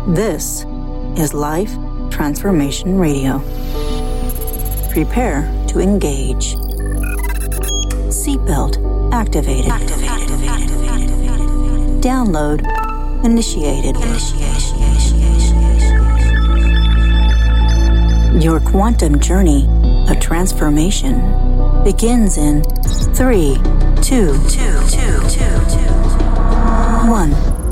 This is Life Transformation Radio. Prepare to engage. Seatbelt activated. Download initiated. Your quantum journey of transformation begins in 3, 2, 1.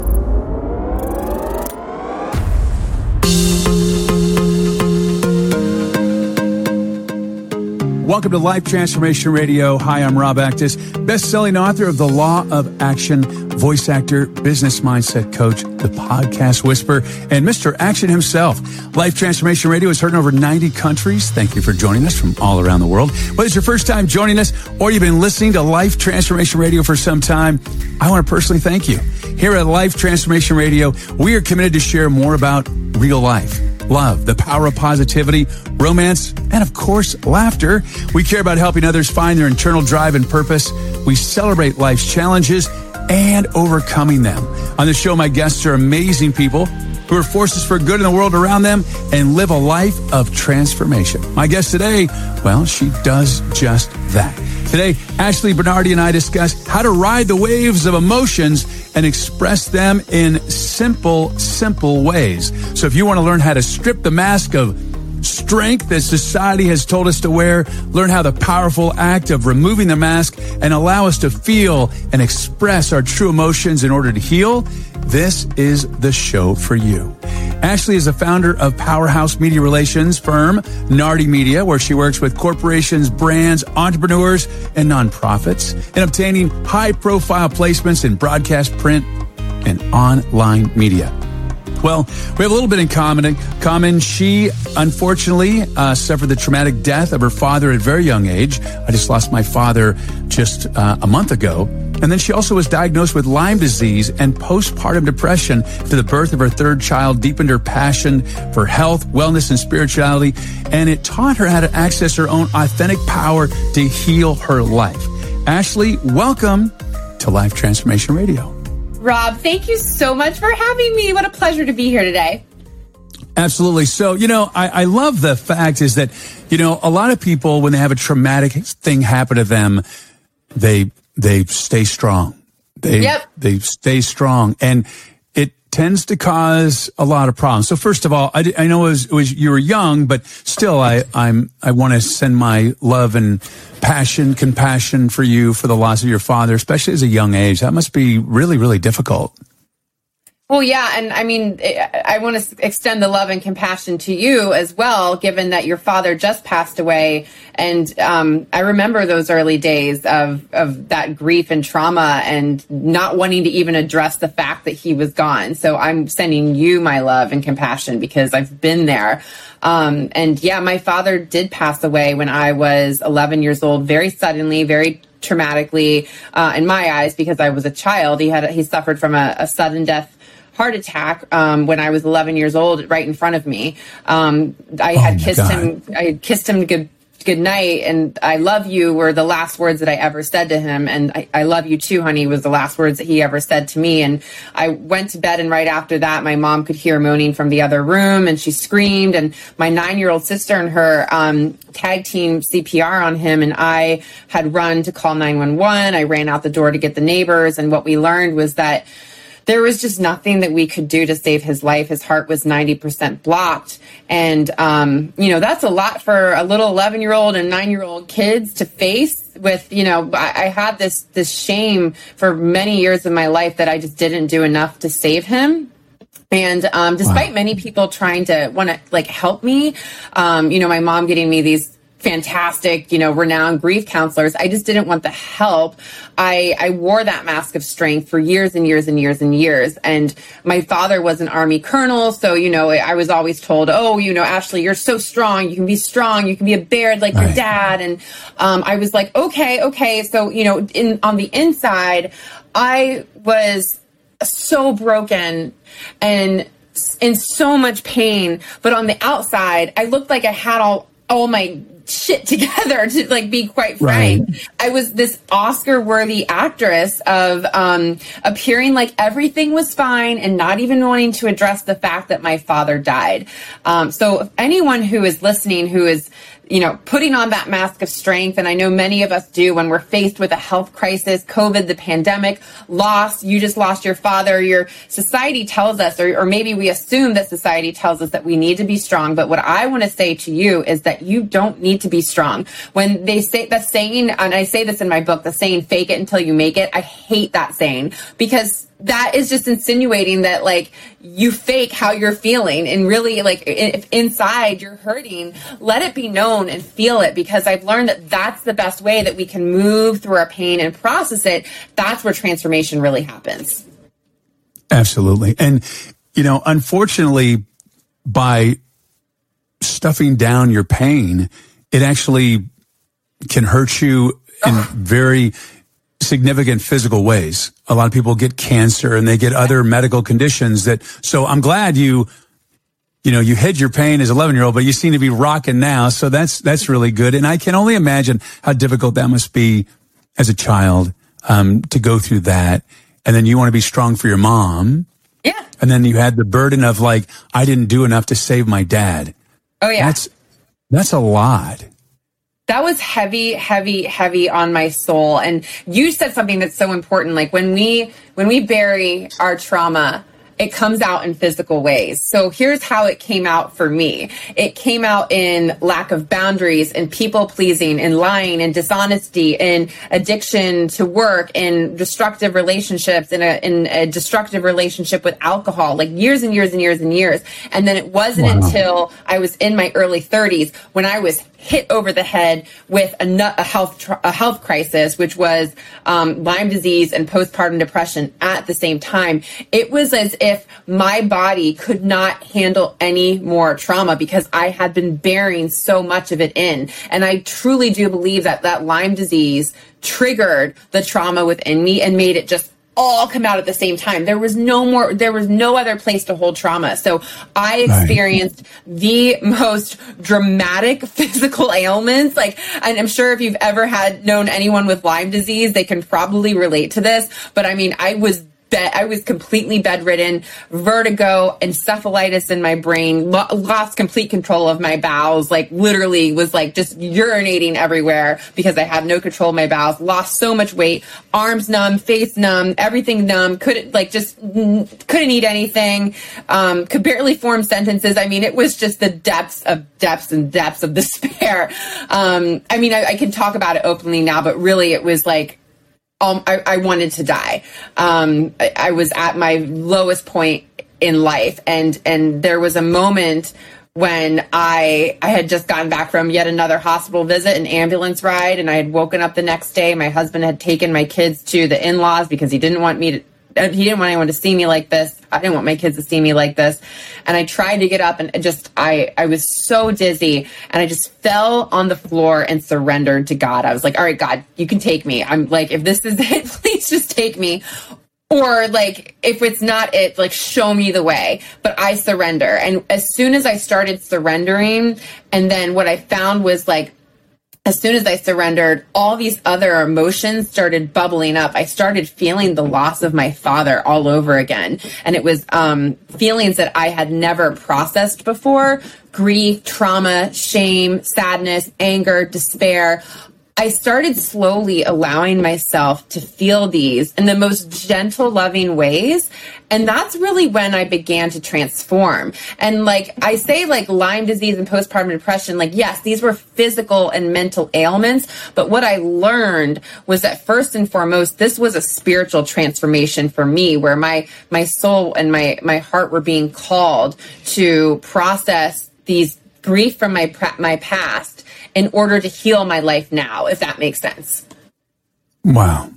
Welcome to Life Transformation Radio. Hi, I'm Rob Actis, best-selling author of The Law of Action, voice actor, business mindset coach, the podcast whisperer, and Mr. Action himself. Life Transformation Radio is heard in over 90 countries. Thank you for joining us from all around the world. Whether it's your first time joining us or you've been listening to Life Transformation Radio for some time, I want to personally thank you. Here at Life Transformation Radio, we are committed to share more about real life, love, the power of positivity, romance, and of course, laughter. We care about helping others find their internal drive and purpose. We celebrate life's challenges and overcoming them. On the show, my guests are amazing people who are forces for good in the world around them and live a life of transformation. My guest today, well, she does just that. Today, Ashley Bernardi and I discuss how to ride the waves of emotions and express them in simple ways. So if you want to learn how to strip the mask of strength that society has told us to wear, learn how the powerful act of removing the mask and allow us to feel and express our true emotions in order to heal, this is the show for you. Ashley is the founder of powerhouse media relations firm Nardi Media, where she works with corporations, brands, entrepreneurs, and nonprofits in obtaining high-profile placements in broadcast, print, and online media. Well, we have a little bit in common. She, unfortunately, suffered the traumatic death of her father at a very young age. I just lost my father just a month ago. And then she also was diagnosed with Lyme disease and postpartum depression. To the birth of her third child deepened her passion for health, wellness, and spirituality. And it taught her how to access her own authentic power to heal her life. Ashley, welcome to Life Transformation Radio. Rob, thank you so much for having me. What a pleasure to be here today. Absolutely. So, I love the fact is that, a lot of people, when they have a traumatic thing happen to them, they stay strong. They stay strong. And it tends to cause a lot of problems. So first of all, I know it was you were young, but still I want to send my love and compassion for you for the loss of your father, especially as a young age. That must be really, really difficult. Well, yeah. And I mean, I want to extend the love and compassion to you as well, given that your father just passed away. And I remember those early days of that grief and trauma and not wanting to even address the fact that he was gone. So I'm sending you my love and compassion because I've been there. And yeah, my father did pass away when I was 11 years old, very suddenly, very traumatically, in my eyes, because I was a child. He suffered from a sudden death heart attack when I was 11 years old, right in front of me. I had kissed him good night, and I love you were the last words that I ever said to him. And I love you too, honey, was the last words that he ever said to me. And I went to bed, and right after that, my mom could hear moaning from the other room, and she screamed. And my 9-year-old sister and her tag team CPR on him, and I had run to call 911. I ran out the door to get the neighbors, and what we learned was that there was just nothing that we could do to save his life. His heart was 90% blocked. And, that's a lot for a little 11-year-old and 9-year-old kids to face with, I had this shame for many years of my life that I just didn't do enough to save him. And despite many people trying to want to help me, my mom getting me these fantastic, renowned grief counselors, I just didn't want the help. I wore that mask of strength for years and years and years and years. And my father was an Army colonel. So, I was always told, Ashley, you're so strong. You can be strong. You can be a bear like your dad. And I was like, okay. So, on the inside, I was so broken and in so much pain. But on the outside, I looked like I had all my shit together, to like be quite frank. Right. I was this Oscar-worthy actress of appearing like everything was fine and not even wanting to address the fact that my father died. So if anyone who is listening, who is, you know, putting on that mask of strength, and I know many of us do when we're faced with a health crisis, COVID, the pandemic, loss, you just lost your father, your society tells us, or maybe we assume that society tells us that we need to be strong. But what I want to say to you is that you don't need to be strong. When they say the saying, and I say this in my book, the saying, fake it until you make it, I hate that saying, because that is just insinuating that like you fake how you're feeling, and really like if inside you're hurting, let it be known and feel it, because I've learned that that's the best way that we can move through our pain and process it. That's where transformation really happens. Absolutely. And, you know, unfortunately, by stuffing down your pain, it actually can hurt you in very significant physical ways. A lot of people get cancer and they get other medical conditions that, so I'm glad you hid your pain as 11-year-old, but you seem to be rocking now. So that's really good. And I can only imagine how difficult that must be as a child, to go through that. And then you want to be strong for your mom. Yeah. And then you had the burden of like, I didn't do enough to save my dad. Oh yeah. That's a lot. That was heavy, heavy, heavy on my soul. And you said something that's so important. Like when we bury our trauma, it comes out in physical ways. So here's how it came out for me. It came out in lack of boundaries, and people pleasing, and lying, and dishonesty, and addiction to work, and destructive relationships, in a destructive relationship with alcohol, like years and years and years and years. And then it wasn't until I was in my early 30s when I was hit over the head with a health crisis, which was Lyme disease and postpartum depression at the same time. It was as if my body could not handle any more trauma because I had been bearing so much of it in. And I truly do believe that Lyme disease triggered the trauma within me and made it just all come out at the same time. There was no other place to hold trauma. So I experienced the most dramatic physical ailments. Like, and I'm sure if you've ever known anyone with Lyme disease, they can probably relate to this. But I mean, I was completely bedridden, vertigo, encephalitis in my brain, lost complete control of my bowels, like literally was like just urinating everywhere because I had no control of my bowels, lost so much weight, arms numb, face numb, everything numb, couldn't eat anything, could barely form sentences. I mean, it was just the depths of despair. I mean, I can talk about it openly now, but really it was like, I wanted to die. I was at my lowest point in life. And there was a moment when I had just gotten back from yet another hospital visit, an ambulance ride, and I had woken up the next day. My husband had taken my kids to the in-laws because he didn't want anyone to see me like this. I didn't want my kids to see me like this. And I tried to get up and I was so dizzy, and I just fell on the floor and surrendered to God. I was like, all right, God, you can take me. I'm like, if this is it, please just take me. Or like, if it's not it, like show me the way, but I surrender. And as soon as I started surrendering, and then what I found was like, as soon as I surrendered, all these other emotions started bubbling up. I started feeling the loss of my father all over again. And it was feelings that I had never processed before: grief, trauma, shame, sadness, anger, despair. I started slowly allowing myself to feel these in the most gentle, loving ways. And that's really when I began to transform. And like I say, like Lyme disease and postpartum depression, like, yes, these were physical and mental ailments. But what I learned was that first and foremost, this was a spiritual transformation for me, where my soul and my heart were being called to process these grief from my past in order to heal my life now, if that makes sense. Wow.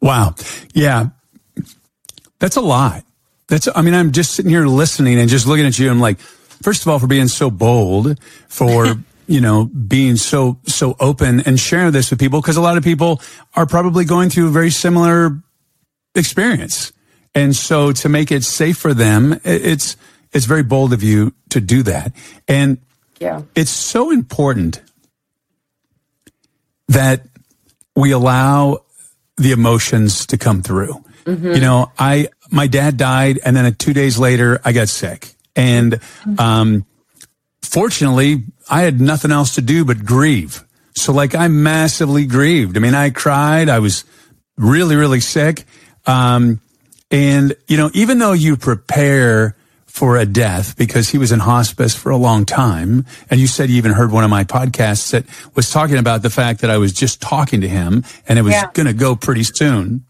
Yeah. That's a lot. I'm just sitting here listening and just looking at you. I'm like, first of all, for being so bold, for, being so open and sharing this with people, because a lot of people are probably going through a very similar experience. And so to make it safe for them, it's very bold of you to do that. And you. It's so important that we allow the emotions to come through. You know, my dad died, and then 2 days later, I got sick. And fortunately, I had nothing else to do but grieve. So, like, I massively grieved. I mean, I cried. I was really, really sick. And, you know, even though you prepare for a death, because he was in hospice for a long time, and you said you even heard one of my podcasts that was talking about the fact that I was just talking to him, and it was going to go pretty soon.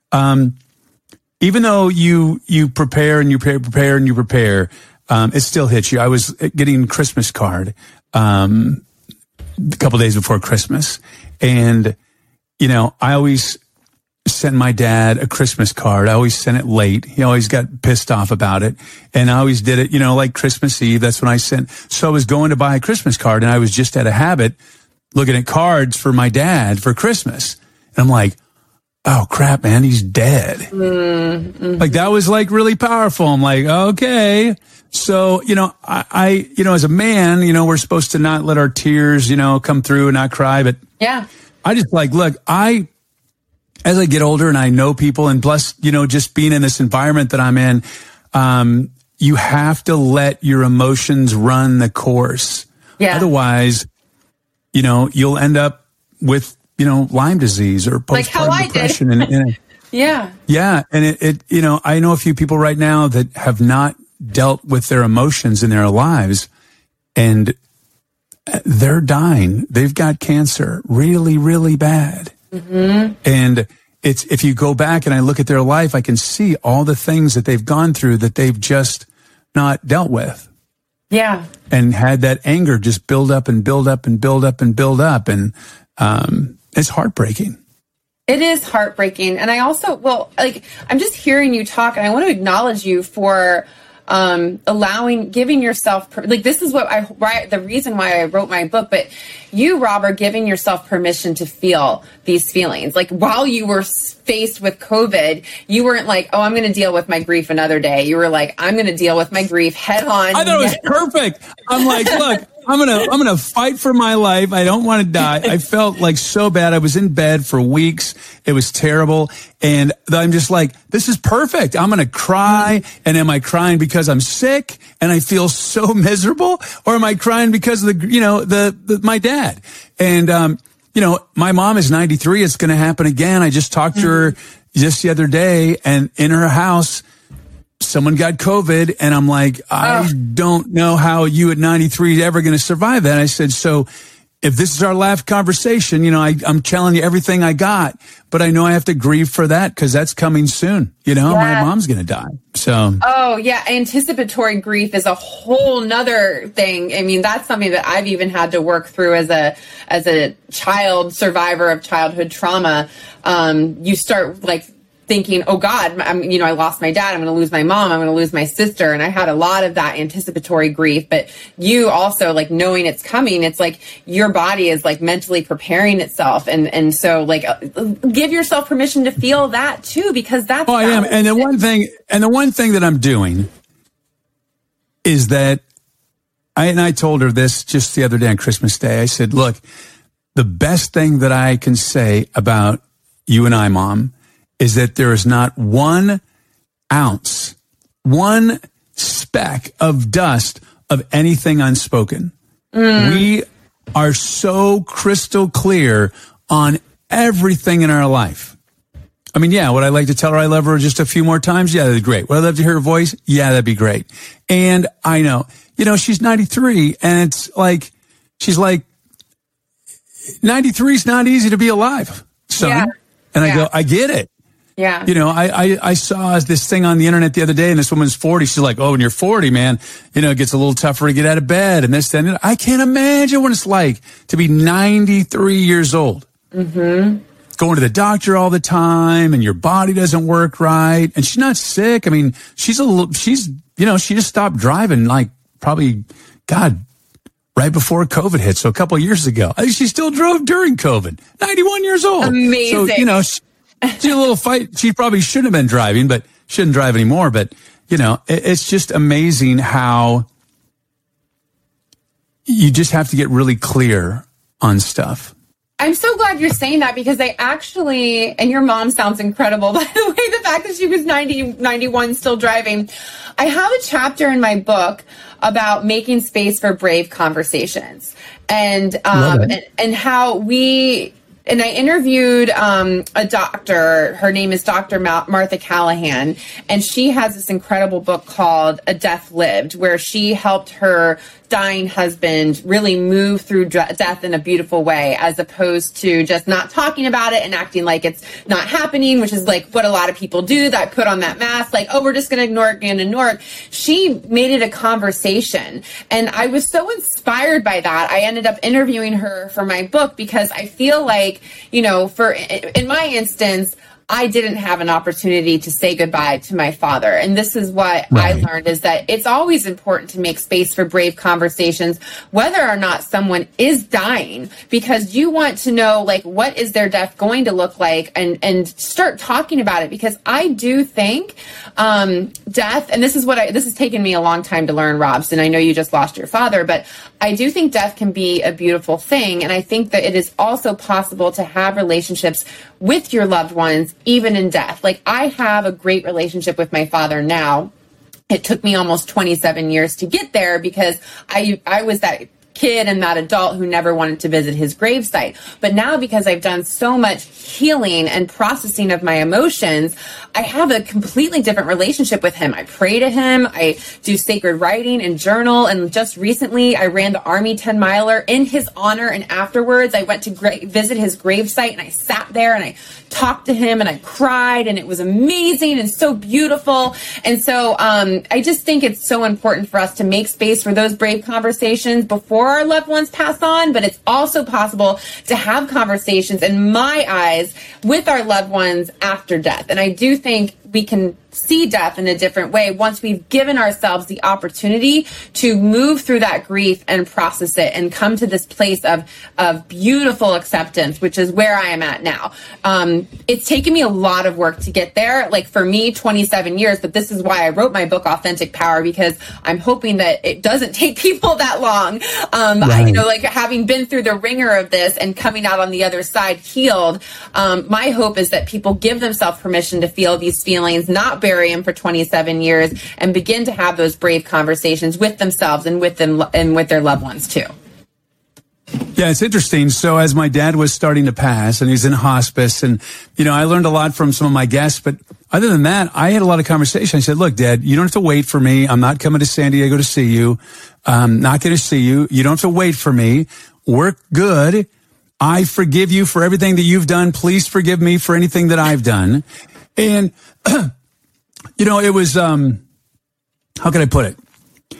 Even though you prepare and you prepare and you prepare, it still hits you. I was getting a Christmas card a couple days before Christmas, and you know, I always sent my dad a Christmas card. I always sent it late. He always got pissed off about it, and I always did it, you know, like Christmas Eve. That's when I sent. So I was going to buy a Christmas card, and I was just at a habit looking at cards for my dad for Christmas, and I'm like, oh crap, man, he's dead. Like, that was like really powerful. I'm like, okay. So, you know, I, you know, as a man, you know, we're supposed to not let our tears, you know, come through and not cry. But I just like, look, as I get older and I know people, and plus, you know, just being in this environment that I'm in, you have to let your emotions run the course. Otherwise, you know, you'll end up with, you know, Lyme disease or postpartum depression. And Yeah. And it, you know, I know a few people right now that have not dealt with their emotions in their lives, and they're dying. They've got cancer really, really bad. And it's, if you go back and I look at their life, I can see all the things that they've gone through that they've just not dealt with. And had that anger just build up and build up and build up and build up. And, it's heartbreaking. It is heartbreaking. And I also, well, like, I'm just hearing you talk, and I want to acknowledge you for giving yourself, like, this is what the reason why I wrote my book, but you, Rob, are giving yourself permission to feel these feelings. Like, while you were faced with COVID, you weren't like, oh, I'm going to deal with my grief another day. You were like, I'm going to deal with my grief head on. I thought it was perfect. I'm like, look, I'm going to fight for my life. I don't want to die. I felt like so bad. I was in bed for weeks. It was terrible. And I'm just like, this is perfect. I'm going to cry. And am I crying because I'm sick and I feel so miserable? Or am I crying because of the, you know, my dad? And, you know, my mom is 93. It's going to happen again. I just talked to her just the other day, and in her house, someone got COVID, and I'm like, I don't know how you at 93 ever going to survive that. I said, so if this is our last conversation, you know, I'm telling you everything I got, but I know I have to grieve for that because that's coming soon. You know, my mom's going to die. So. Oh yeah. Anticipatory grief is a whole nother thing. I mean, that's something that I've even had to work through as a child survivor of childhood trauma. You start like thinking, oh God, I lost my dad. I'm going to lose my mom. I'm going to lose my sister. And I had a lot of that anticipatory grief, but you also, like, knowing it's coming, it's like your body is like mentally preparing itself. And so, like, give yourself permission to feel that too, because that's, I am. And the one thing that I'm doing is that I told her this just the other day on Christmas Day. I said, look, the best thing that I can say about you and I, Mom, is that there is not 1 ounce, 1 speck of dust of anything unspoken. We are so crystal clear on everything in our life. I mean, yeah, would I like to tell her I love her just a few more times? Yeah, that'd be great. Would I love to hear her voice? Yeah, that'd be great. And I know, you know, she's 93, and it's like, she's like, 93 is not easy to be alive, son. And I go, I get it. Yeah. You know, I saw this thing on the internet the other day, and this woman's 40. She's like, oh, when you're 40, man, you know, it gets a little tougher to get out of bed and this, that, and I can't imagine what it's like to be 93 years old. Going to the doctor all the time, and your body doesn't work right. And she's not sick. I mean, she just stopped driving, like, probably, God, right before COVID hit. So a couple of years ago. I think she still drove during COVID. 91 years old. Amazing. So, you know, she a little fight. She probably shouldn't have been driving, but shouldn't drive anymore. But, you know, it's just amazing how you just have to get really clear on stuff. I'm so glad you're saying that, because I actually, and your mom sounds incredible, by the way, the fact that she was 91 still driving. I have a chapter in my book about making space for brave conversations, and how and I interviewed a doctor. Her name is Dr. Martha Callahan, and she has this incredible book called A Death Lived, where she helped her dying husband really move through death in a beautiful way, as opposed to just not talking about it and acting like it's not happening, which is like what a lot of people do, that put on that mask, like, oh, we're just going to ignore it. She made it a conversation. And I was so inspired by that. I ended up interviewing her for my book, because I feel like, in my instance, I didn't have an opportunity to say goodbye to my father. And this is what I learned, is that it's always important to make space for brave conversations, whether or not someone is dying, because you want to know, like, what is their death going to look like, and start talking about it. Because I do think death, and this has taken me a long time to learn, Robson. I know you just lost your father, but I do think death can be a beautiful thing. And I think that it is also possible to have relationships with your loved ones, even in death. Like, I have a great relationship with my father now. It took me almost 27 years to get there, because I was that kid and that adult who never wanted to visit his gravesite. But now, because I've done so much healing and processing of my emotions, I have a completely different relationship with him. I pray to him. I do sacred writing and journal. And just recently, I ran the Army 10-miler in his honor. And afterwards, I went to visit his gravesite, and I sat there and I talked to him and I cried, and it was amazing and so beautiful. And so I just think it's so important for us to make space for those brave conversations before our loved ones pass on. But it's also possible to have conversations, in my eyes, with our loved ones after death. And I do think we can see death in a different way once we've given ourselves the opportunity to move through that grief and process it and come to this place of beautiful acceptance, which is where I am at now. It's taken me a lot of work to get there. Like, for me, 27 years, but this is why I wrote my book, Authentic Power, because I'm hoping that it doesn't take people that long. Like, having been through the ringer of this and coming out on the other side healed, my hope is that people give themselves permission to feel these feelings, not bury them for 27 years, and begin to have those brave conversations with themselves and with them and with their loved ones too. Yeah, it's interesting. So as my dad was starting to pass, and he's in hospice, and, I learned a lot from some of my guests, but other than that, I had a lot of conversation. I said, look, Dad, you don't have to wait for me. I'm not coming to San Diego to see you. I'm not going to see you. You don't have to wait for me. We're good. I forgive you for everything that you've done. Please forgive me for anything that I've done. And, it was, how can I put it?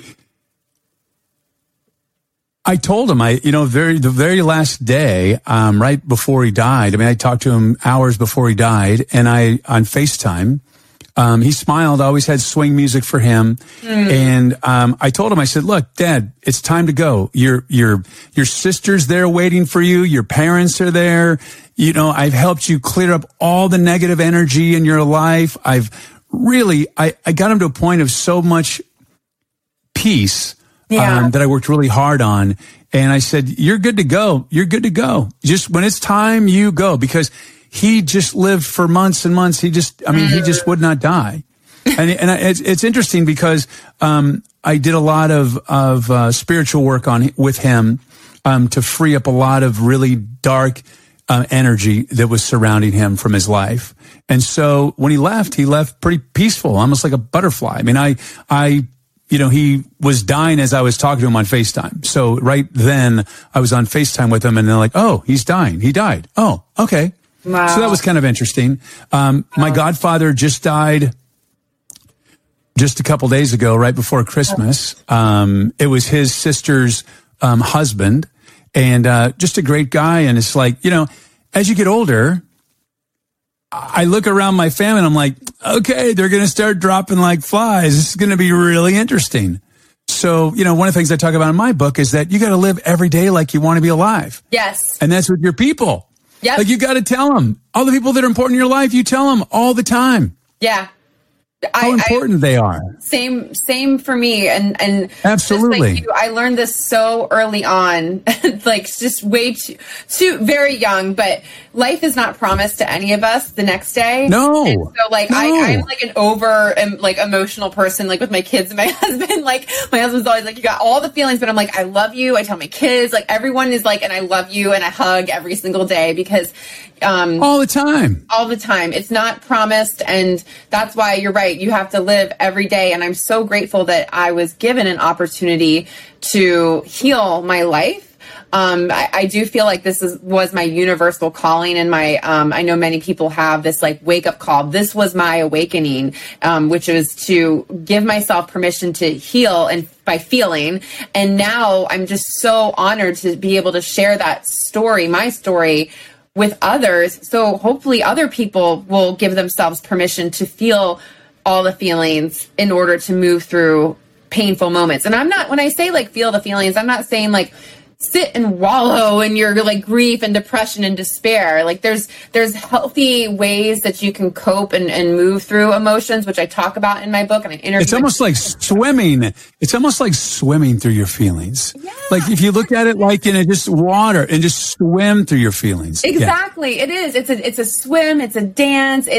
I told him, the very last day, right before he died, I talked to him hours before he died, and on FaceTime, he smiled. I always had swing music for him. And, I told him, I said, look, Dad, it's time to go. Your sister's there waiting for you. Your parents are there. I've helped you clear up all the negative energy in your life. I got him to a point of so much peace. That I worked really hard on. And I said, you're good to go. You're good to go. Just when it's time, you go. Because he just lived for months and months. He just would not die. And it's interesting because, I did a lot of spiritual work with him, to free up a lot of really dark, energy that was surrounding him from his life. And so when he left pretty peaceful, almost like a butterfly. He was dying as I was talking to him on FaceTime. So right then I was on FaceTime with him, and they're like, oh, he's dying. He died. Oh, okay. Wow. So that was kind of interesting. My godfather just died just a couple days ago, right before Christmas. It was his sister's husband, and just a great guy. And it's like, as you get older, I look around my family and I'm like, okay, they're going to start dropping like flies. This is going to be really interesting. So, one of the things I talk about in my book is that you got to live every day like you want to be alive. Yes. And that's with your people. Yeah. Like, you got to tell them. All the people that are important in your life, you tell them all the time. Yeah. how important they are. Same for me. And absolutely. Just like you, I learned this so early on, like just way too very young, but life is not promised to any of us the next day. No. And so like, no. I'm like an like emotional person, like with my kids and my husband. Like my husband's always like, you got all the feelings, but I'm like, I love you. I tell my kids, like everyone is like, and I love you, and I hug every single day because all the time. It's not promised. And that's why you're right. You have to live every day. And I'm so grateful that I was given an opportunity to heal my life. I do feel like this was my universal calling, and my, I know many people have this like wake up call. This was my awakening, which is to give myself permission to heal and by feeling. And now I'm just so honored to be able to share that story, my story, with others. So hopefully other people will give themselves permission to feel all the feelings in order to move through painful moments. And when I say like feel the feelings, I'm not saying like sit and wallow in your like grief and depression and despair. Like there's healthy ways that you can cope and move through emotions, which I talk about in my book. And I interview. It's almost like swimming. It's almost like swimming through your feelings. Yeah. Like if you look at it like in just water and just swim through your feelings. Exactly. Yeah. It is. It's a swim. It's a dance.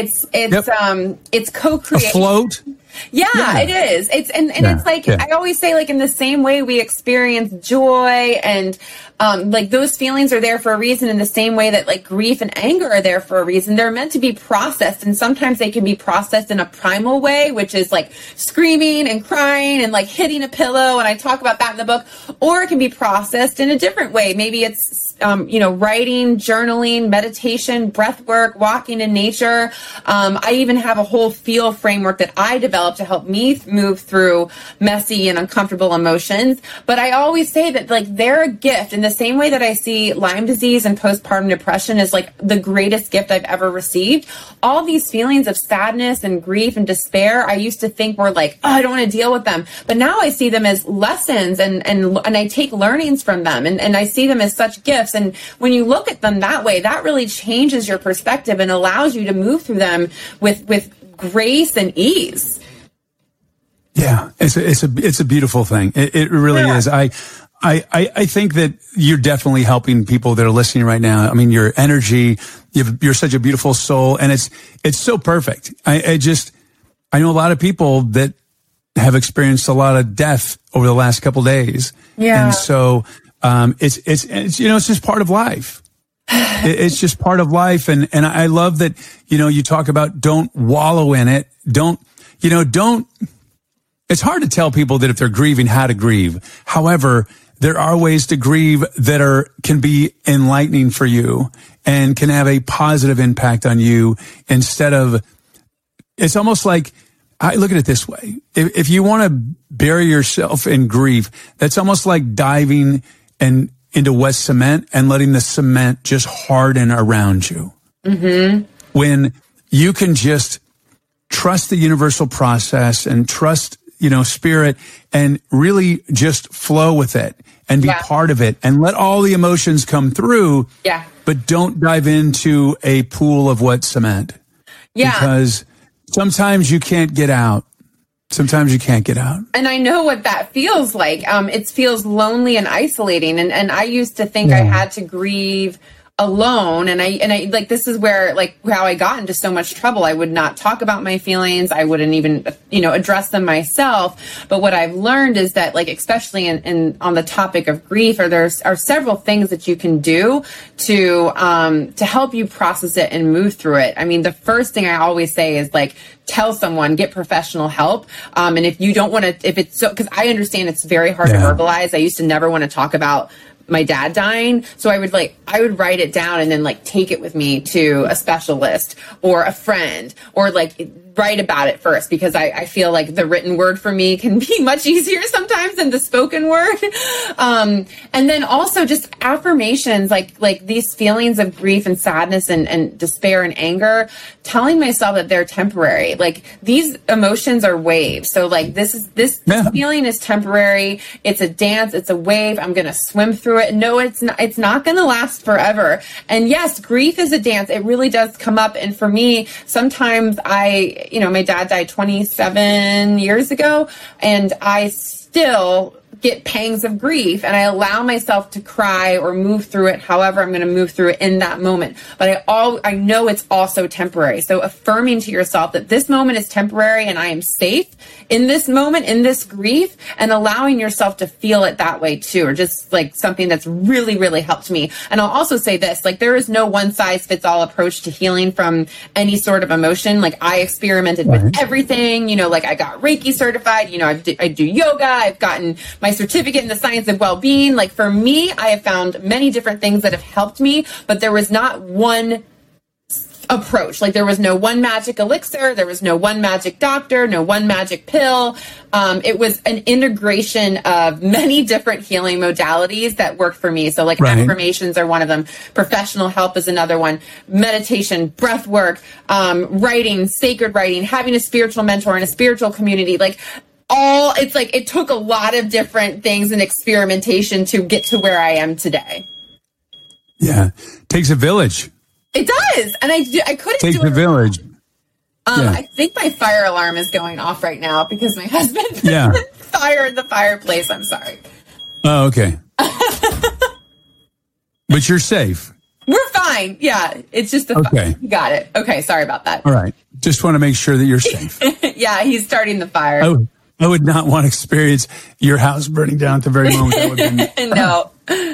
It's co-creation. A float. Yeah, it is. It's like, I always say, like, in the same way we experience joy and, like those feelings are there for a reason, in the same way that like grief and anger are there for a reason. They're meant to be processed. And sometimes they can be processed in a primal way, which is like screaming and crying and like hitting a pillow. And I talk about that in the book. Or it can be processed in a different way. Maybe it's, writing, journaling, meditation, breath work, walking in nature. I even have a whole feel framework that I developed to help me move through messy and uncomfortable emotions. But I always say that like they're a gift, in the same way that I see Lyme disease and postpartum depression as like the greatest gift I've ever received. All these feelings of sadness and grief and despair, I used to think were like, oh, I don't want to deal with them. But now I see them as lessons and I take learnings from them and I see them as such gifts. And when you look at them that way, that really changes your perspective and allows you to move through them with grace and ease. Yeah, it's a beautiful thing. It really is. I think that you're definitely helping people that are listening right now. I mean, your energy, you're such a beautiful soul, and it's so perfect. I know a lot of people that have experienced a lot of death over the last couple of days. Yeah. And so, it's just part of life. It's just part of life. And I love that, you talk about don't wallow in it. It's hard to tell people that if they're grieving, how to grieve. However, there are ways to grieve that can be enlightening for you and can have a positive impact on you instead of, it's almost like, I look at it this way. If you want to bury yourself in grief, that's almost like diving into wet cement and letting the cement just harden around you. Mm-hmm. When you can just trust the universal process and trust, spirit, and really just flow with it and be part of it and let all the emotions come through. Yeah. But don't dive into a pool of wet cement. Yeah. Because sometimes you can't get out. And I know what that feels like. It feels lonely and isolating. And I used to think I had to grieve alone. And I like, this is where like how I got into so much trouble. I would not talk about my feelings. I wouldn't even, address them myself. But what I've learned is that, like, especially on the topic of grief, there are several things that you can do to help you process it and move through it. I mean, the first thing I always say is like, tell someone, get professional help. And if you don't want to, because I understand it's very hard to verbalize. I used to never want to talk about my dad dying. So I would write it down and then like take it with me to a specialist or a friend, or like write about it first, because I feel like the written word for me can be much easier sometimes than the spoken word. And then also just affirmations, like these feelings of grief and sadness and despair and anger, telling myself that they're temporary. Like these emotions are waves. So like this feeling is temporary. It's a dance. It's a wave. I'm going to swim through it. No, it's not going to last forever. And yes, grief is a dance. It really does come up. And for me, sometimes my dad died 27 years ago, and I still get pangs of grief, and I allow myself to cry or move through it however I'm going to move through it in that moment. But I know it's also temporary. So affirming to yourself that this moment is temporary and I am safe in this moment, in this grief, and allowing yourself to feel it that way too, or just like something that's really, really helped me. And I'll also say this, like there is no one size fits all approach to healing from any sort of emotion. Like I experimented with everything, like I got Reiki certified, I do yoga, I've gotten my certificate in the science of well-being. Like for me, I have found many different things that have helped me, but there was not one approach. Like there was no one magic elixir, there was no one magic doctor, no one magic pill. It was an integration of many different healing modalities that worked for me. So like affirmations are one of them, professional help is another one, meditation, breath work, writing, sacred writing, having a spiritual mentor and a spiritual community. It's like it took a lot of different things and experimentation to get to where I am today. Yeah. Takes a village. It does. And I couldn't Takes do it. a village. I think my fire alarm is going off right now because my husband put fire in the fireplace. I'm sorry. Oh, okay. But you're safe. We're fine. Yeah. It's just the fire. You got it. Okay. Sorry about that. All right. Just want to make sure that you're safe. Yeah. He's starting the fire. I would not want to experience your house burning down at the very moment. That would have been, no.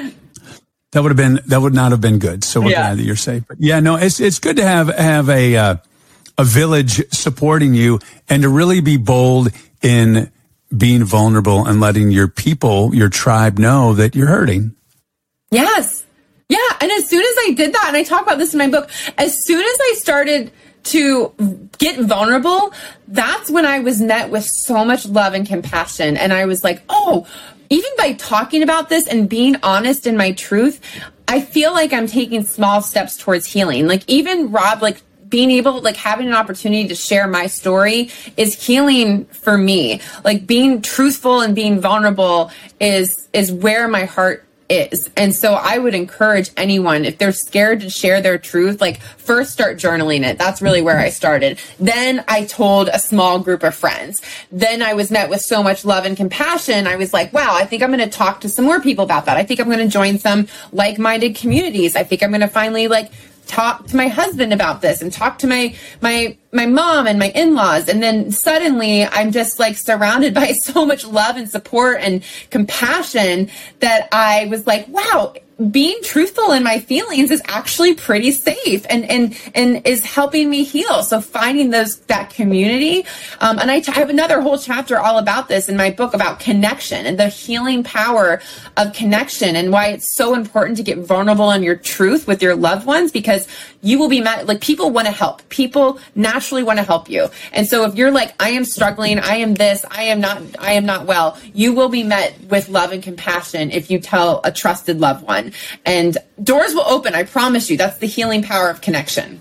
That would not have been good. So we're glad that you're safe. But yeah, no, it's good to have a village supporting you and to really be bold in being vulnerable and letting your people, your tribe know that you're hurting. Yes. Yeah. And as soon as I did that, and I talk about this in my book, as soon as I started to get vulnerable, that's when I was met with so much love and compassion. And I was like, oh, even by talking about this and being honest in my truth, I feel like I'm taking small steps towards healing. Like even Rob, like being able, like having an opportunity to share my story is healing for me. Like being truthful and being vulnerable is where my heart is. And so I would encourage anyone, if they're scared to share their truth, like first start journaling it. That's really where I started. Then I told a small group of friends. Then I was met with so much love and compassion. I was like, wow, I think I'm going to talk to some more people about that. I think I'm going to join some like-minded communities. I think I'm going to finally talk to my husband about this and talk to my mom and my in-laws. And then suddenly I'm just surrounded by so much love and support and compassion that I was like, wow, being truthful in my feelings is actually pretty safe and is helping me heal. So finding that community. And I have another whole chapter all about this in my book about connection and the healing power of connection and why it's so important to get vulnerable in your truth with your loved ones, because you will be met, people want to help. People naturally want to help you. And so if you're like, I am struggling, I am this, I am not well, you will be met with love and compassion if you tell a trusted loved one. And doors will open, I promise you. That's the healing power of connection.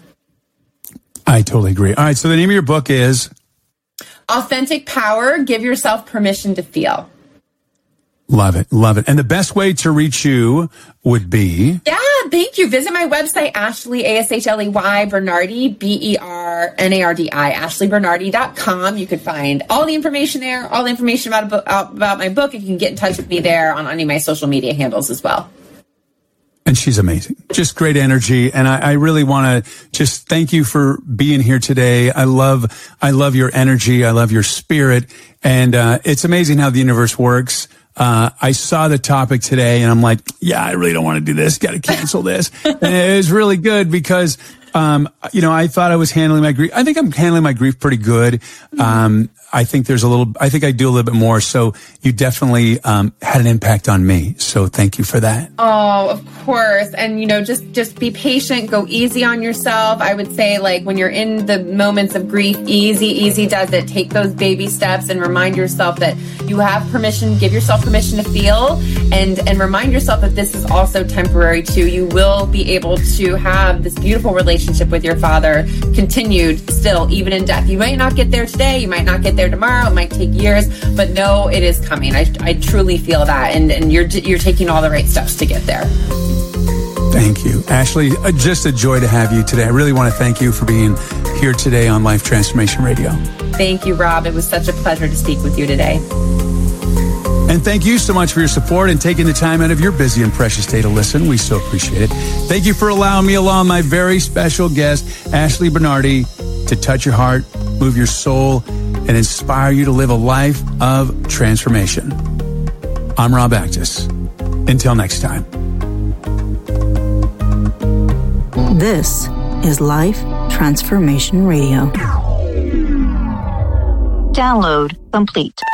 I totally agree. All right, so the name of your book is? Authentic Power, Give Yourself Permission to Feel. Love it, love it. And the best way to reach you would be? Yeah, thank you. Visit my website, Ashley, ASHLEY, Bernardi, BERNARDI, ashleybernardi.com. You could find all the information there, all the information about my book, and you can get in touch with me there on any of my social media handles as well. And she's amazing. Just great energy. And I really want to just thank you for being here today. I love your energy. I love your spirit. And it's amazing how the universe works. I saw the topic today and I'm like, yeah, I really don't want to do this. Got to cancel this. And it was really good because, I thought I was handling my grief. I think I'm handling my grief pretty good. I think I do a little bit more. So you definitely, had an impact on me. So thank you for that. Oh, of course. And, just be patient, go easy on yourself. I would say when you're in the moments of grief, easy does it. Take those baby steps and remind yourself that you have permission, give yourself permission to feel and remind yourself that this is also temporary too. You will be able to have this beautiful relationship with your Father continued still, even in death. You might not get there today. You might not get there tomorrow. It might take years, but no, it is coming. I truly feel that. And you're taking all the right steps to get there. Thank you, Ashley. Just a joy to have you today. I really want to thank you for being here today on Life Transformation Radio. Thank you, Rob. It was such a pleasure to speak with you today. And thank you so much for your support and taking the time out of your busy and precious day to listen. We so appreciate it. Thank you for allowing me, along my very special guest, Ashley Bernardi, to touch your heart, move your soul, and inspire you to live a life of transformation. I'm Rob Actis. Until next time. This is Life Transformation Radio. Download complete.